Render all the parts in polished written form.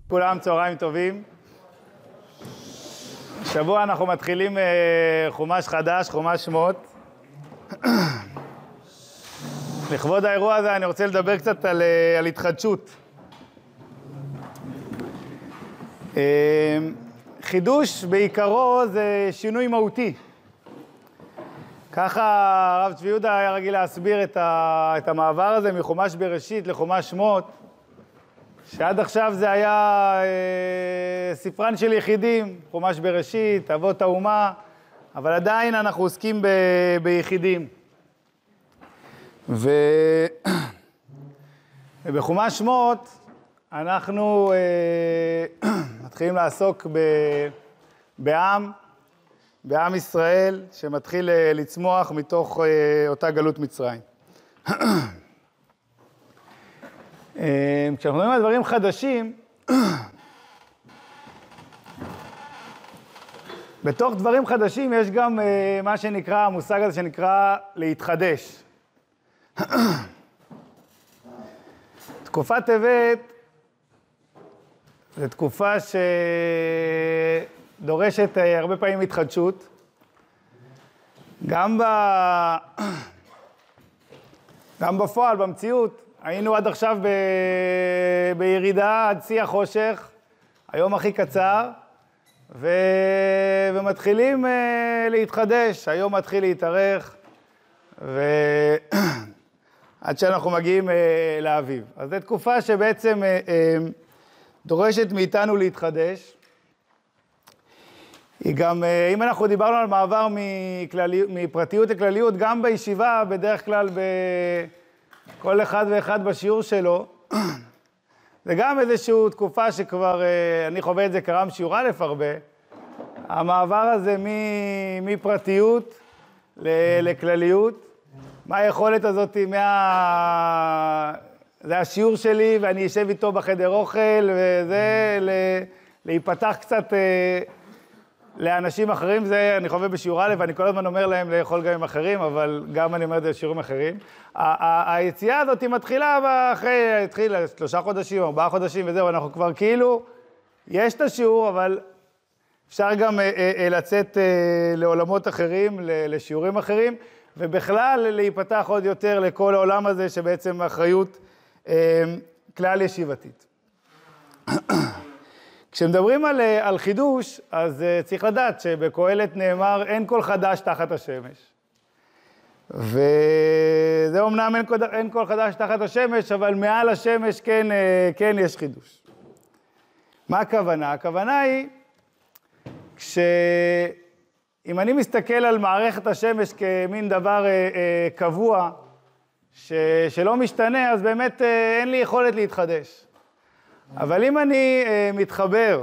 כולם צהריים טובים. שבוע אנחנו מתחילים חומש חדש, חומש שמות. לכבוד האירוע הזה אני רוצה לדבר קצת על התחדשות. חידוש בעיקרו זה שינוי מהותי. ככה הרב צבי יהודה היה רגיל להסביר את המעבר הזה מחומש בראשית לחומש שמות, שעד עכשיו זה היה ספרן של יחידים, חומש בראשית, אבות האומה, אבל עדיין אנחנו עוסקים ביחידים. ובחומש שמות אנחנו מתחילים לעסוק בעם ישראל שמתחיל לצמוח מתוך אותה גלות מצרים. כשאנחנו מדברים על דברים חדשים, בתוך דברים חדשים יש גם מה שנקרא, המושג הזה שנקרא להתחדש. תקופת טבת זו תקופה שדורשת הרבה פעמים התחדשות. גם בפועל, במציאות, היינו עד עכשיו בירידה עד שיא החושך, היום הכי קצר, ומתחילים להתחדש, היום מתחיל להתארך, עד שאנחנו מגיעים לאביב. אז זו תקופה שבעצם דורשת מאיתנו להתחדש. היא גם, אם אנחנו דיברנו על מעבר מפרטיות לכלליות, גם בישיבה, בדרך כלל כל אחד ואחד בשיעור שלו, זה גם איזושהי תקופה שכבר, אני חווה את זה כרם שיעור א' הרבה, המעבר הזה מפרטיות לכלליות, מה היכולת הזאת זה השיעור שלי ואני אשב איתו בחדר אוכל, וזה להיפתח קצת לאנשים אחרים, זה אני חווה בשיעור א', ואני כל הזמן אומר להם לאכול גם עם אחרים, אבל גם אני אומר את זה לשיעורים אחרים. היציאה הזאת מתחילה התחילה 3 חודשים, 4 חודשים וזהו, אנחנו כבר כאילו, יש את השיעור, אבל אפשר גם לצאת לעולמות אחרים, לשיעורים אחרים, ובכלל להיפתח עוד יותר לכל העולם הזה, שבעצם האחריות כלל ישיבתית. כשמדברים על חידוש, אז צריך לדעת שבקהלת נאמר, אין כל חדש תחת השמש. וזה אומנם אין כל חדש תחת השמש, אבל מעל השמש כן יש חידוש. מה הכוונה? הכוונה היא, אם אני מסתכל על מערכת השמש כמין דבר קבוע, שלא משתנה, אז באמת אין לי יכולת להתחדש. אבל אם אני מתחבר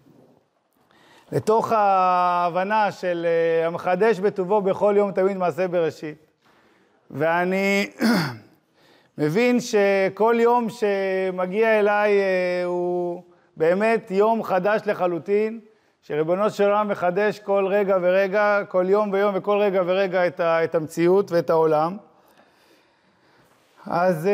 לתוך ההבנה של המחדש בטובו בכל יום תמיד מעשה בראשית, ואני מבין שכל יום שמגיע אליי הוא באמת יום חדש לחלוטין, שריבונו של עולם מחדש כל רגע ורגע, כל יום ויום וכל רגע ורגע את המציאות ואת העולם, אז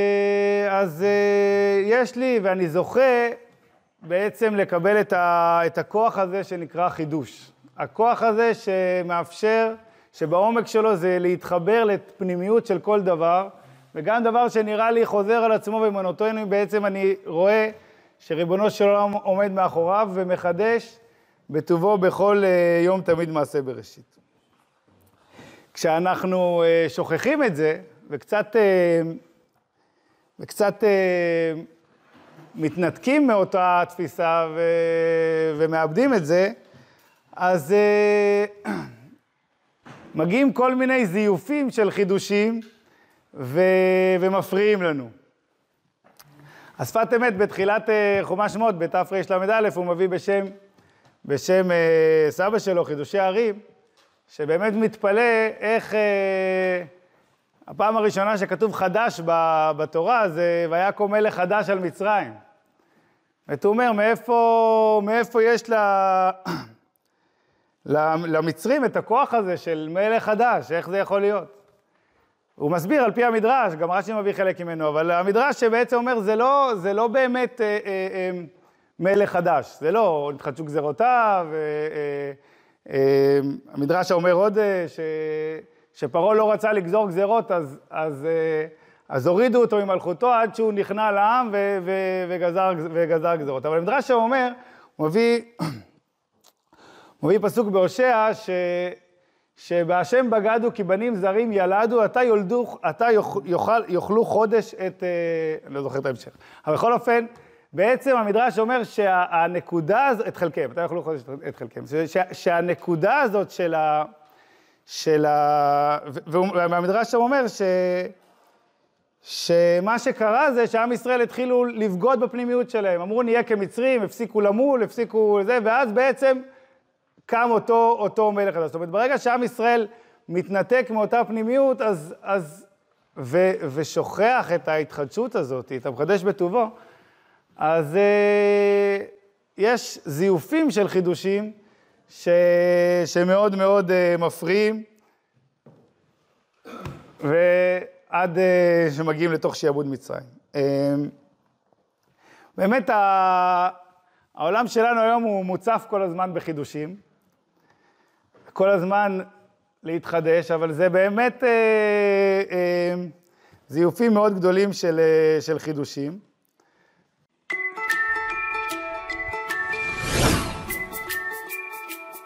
יש לי, ואני זוכה בעצם לקבל את הכוח הזה שנקרא חידוש. הכוח הזה שמאפשר, שבעומק שלו זה להתחבר לפנימיות של כל דבר, וגם דבר שנראה לי חוזר על עצמו ומונוטוני, בעצם אני רואה שריבונו של עולם עומד מאחוריו ומחדש בטובו בכל יום תמיד מעשה בראשית. כשאנחנו שוכחים את זה, וקצת מתנתקים מאותה תפיסה ומאבדים את זה, אז מגיעים כל מיני זיופים של חידושים ומפריעים לנו. השפת אמת בתחילת חומש שמות, בתרל"א, הוא מביא בשם סבא שלו, חידושי הערים, שבאמת מתפלא איך הפעם הראשונה שכתוב חדש בתורה זה ויקום מלך חדש על מצרים. ואתה אומר, מאיפה יש למצרים את הכוח הזה של מלך חדש? איך זה יכול להיות? הוא מסביר על פי המדרש, גם רש"י מביא חלק ממנו, אבל המדרש שבעצם אומר, זה לא באמת מלך חדש. זה לא, נתחדשו גזרותיו, המדרש אומר עוד שפרעה לא רצה לגזור גזרות, אז הורידו אותו ממלכותו עד שהוא נכנע לעם וגזר גזרות. אבל המדרש אומר, הוא מביא פסוק בהושע, שבהשם בגדו כי בנים זרים ילדו, אתה יאכלו חודש את, אני לא זוכר את ההמשך. אבל בכל אופן, בעצם המדרש אומר שהנקודה הזאת, את חלקם, אתה יאכלו חודש את חלקם, שהנקודה הזאת והמדרש אומר שמה שקרה זה שעם ישראל התחילו לבגוד בפנימיות שלהם, אמרו נהיה כמצרים, הפסיקו למול, הפסיקו לזה, ואז בעצם קם אותו מלך הזה. זאת אומרת, ברגע שעם ישראל מתנתק מאותה פנימיות, ושוכח את ההתחדשות הזאת, את המחדש בטובו, אז יש זיופים של חידושים שמאוד מאוד מפריעים, ועד שמגיעים לתוך שיעבוד מצרים. באמת העולם שלנו היום הוא מוצף כל הזמן בחידושים, כל הזמן להתחדש, אבל זה באמת זיופים מאוד גדולים של חידושים.